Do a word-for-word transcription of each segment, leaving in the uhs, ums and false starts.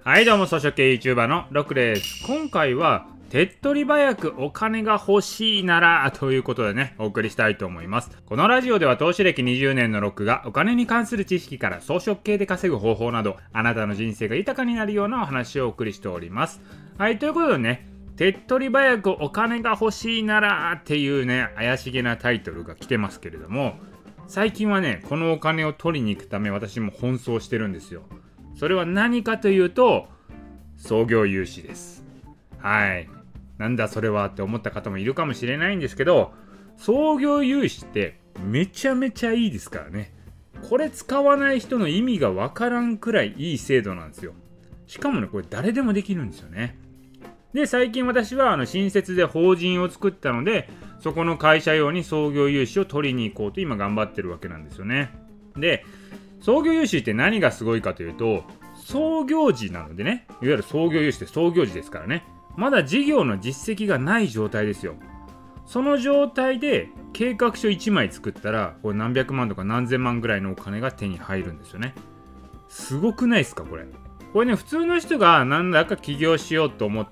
はいどうも、草食系 YouTuber のロックです。今回は手っ取り早くお金が欲しいならということでね、お送りしたいと思います。このラジオでは投資歴にじゅうねんのロックがお金に関する知識から草食系で稼ぐ方法など、あなたの人生が豊かになるようなお話をお送りしております。はい、ということでね、手っ取り早くお金が欲しいならっていうね、怪しげなタイトルが来てますけれども、最近はね、このお金を取りに行くため私も奔走してるんですよ。それは何かというと、創業融資です。はい。なんだそれはって思った方もいるかもしれないんですけど、創業融資ってめちゃめちゃいいですからね。これ使わない人の意味がわからんくらいいい制度なんですよ。しかもね、これ誰でもできるんですよね。で、最近私はあの新設で法人を作ったので、そこの会社用に創業融資を取りに行こうと今頑張ってるわけなんですよね。で、創業融資って何がすごいかというと、創業時なのでね、いわゆる創業融資って創業時ですからね、まだ事業の実績がない状態ですよ。その状態で計画書いちまい作ったら、これ何百万とか何千万ぐらいのお金が手に入るんですよね。すごくないですかこれ。これね、普通の人が何らか起業しようと思って、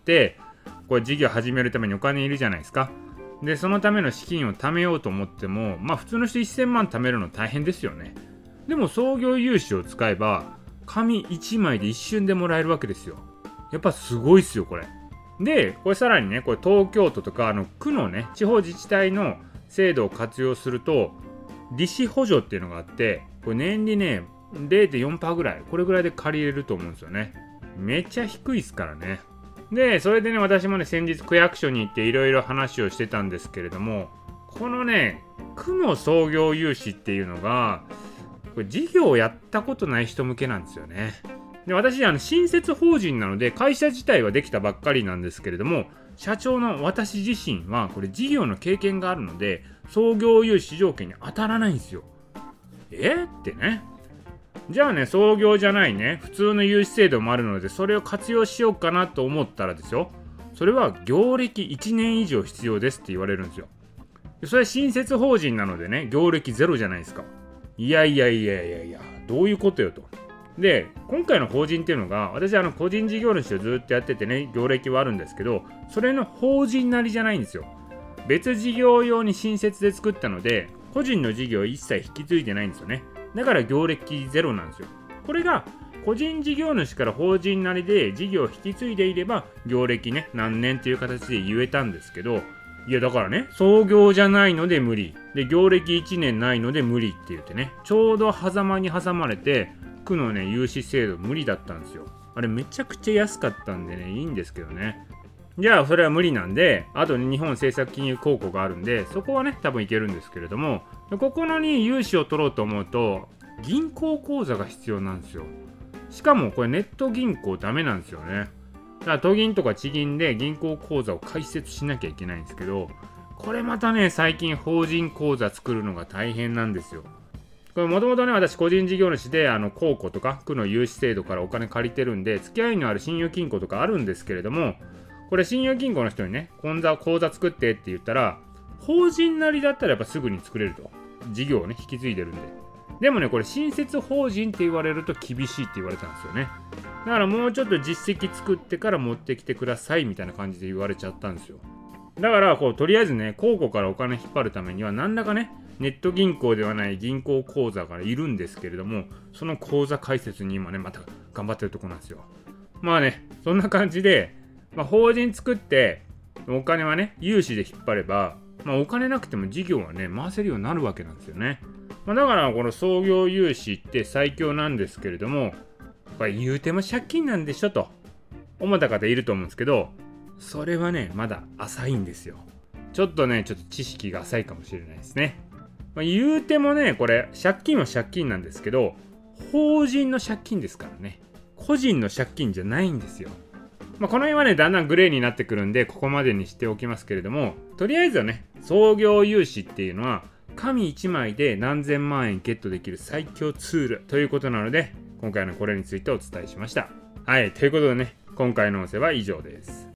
これ事業始めるためにお金いるじゃないですか。で、そのための資金を貯めようと思っても、まあ普通の人せんまん貯めるの大変ですよね。でも創業融資を使えば、紙いちまいで一瞬でもらえるわけですよ。やっぱすごいっすよこれ。で、これさらにね、これ東京都とかあの区のね、地方自治体の制度を活用すると、利子補助っていうのがあって、これ年利ね、れいてんよんパーセント ぐらい、これぐらいで借りれると思うんですよね。めっちゃ低いっすからね。で、それでね、私もね、先日区役所に行っていろいろ話をしてたんですけれども、このね、区の創業融資っていうのが、これ事業をやったことない人向けなんですよね。で、私あの新設法人なので会社自体はできたばっかりなんですけれども、社長の私自身はこれ事業の経験があるので創業融資条件に当たらないんですよ。えってね。じゃあね、創業じゃないね、普通の融資制度もあるのでそれを活用しようかなと思ったらですよ、それは業歴いちねん以上必要ですって言われるんですよ。それは新設法人なのでね、業歴ゼロじゃないですか。いやいやいやいやいや、どういうことよと。で、今回の法人っていうのが、私あの個人事業主をずっとやっててね、業歴はあるんですけど、それの法人なりじゃないんですよ。別事業用に新設で作ったので、個人の事業を一切引き継いでないんですよね。だから業歴ゼロなんですよ。これが個人事業主から法人なりで事業を引き継いでいれば、業歴ね、何年という形で言えたんですけど、いやだからね、創業じゃないので無理。で、業歴いちねんないので無理って言ってね、ちょうど狭間に挟まれて、区のね、融資制度無理だったんですよ。あれめちゃくちゃ安かったんでね、いいんですけどね。じゃあ、それは無理なんで、あとね、日本政策金融公庫があるんで、そこはね、多分いけるんですけれども、ここのに融資を取ろうと思うと、銀行口座が必要なんですよ。しかもこれネット銀行ダメなんですよね。だから都銀とか地銀で銀行口座を開設しなきゃいけないんですけど、これまたね、最近法人口座作るのが大変なんですよ。これもともとね、私個人事業主であの公庫とか区の融資制度からお金借りてるんで、付き合いのある信用金庫とかあるんですけれども、これ信用金庫の人にね、口座口座作ってって言ったら、法人なりだったらやっぱすぐに作れると。事業をね、引き継いでるんで。でもね、これ新設法人って言われると厳しいって言われたんですよね。だからもうちょっと実績作ってから持ってきてくださいみたいな感じで言われちゃったんですよ。だからこうとりあえずね、公庫からお金引っ張るためには何らかね、ネット銀行ではない銀行口座がいるんですけれども、その口座開設に今ね、また頑張ってるとこなんですよ。まあね、そんな感じで、まあ、法人作ってお金はね、融資で引っ張れば、まあ、お金なくても事業はね、回せるようになるわけなんですよね。まあ、だからこの創業融資って最強なんですけれども、これ言うても借金なんでしょと思った方いると思うんですけど、それはね、まだ浅いんですよ。ちょっとね、ちょっと知識が浅いかもしれないですね。まあ、言うてもね、これ借金は借金なんですけど、法人の借金ですからね。個人の借金じゃないんですよ。まあ、この辺はね、だんだんグレーになってくるんで、ここまでにしておきますけれども、とりあえずはね、創業融資っていうのは、紙いちまいで何千万円ゲットできる最強ツールということなので、今回のこれについてお伝えしました。はい、ということでね、今回の音声は以上です。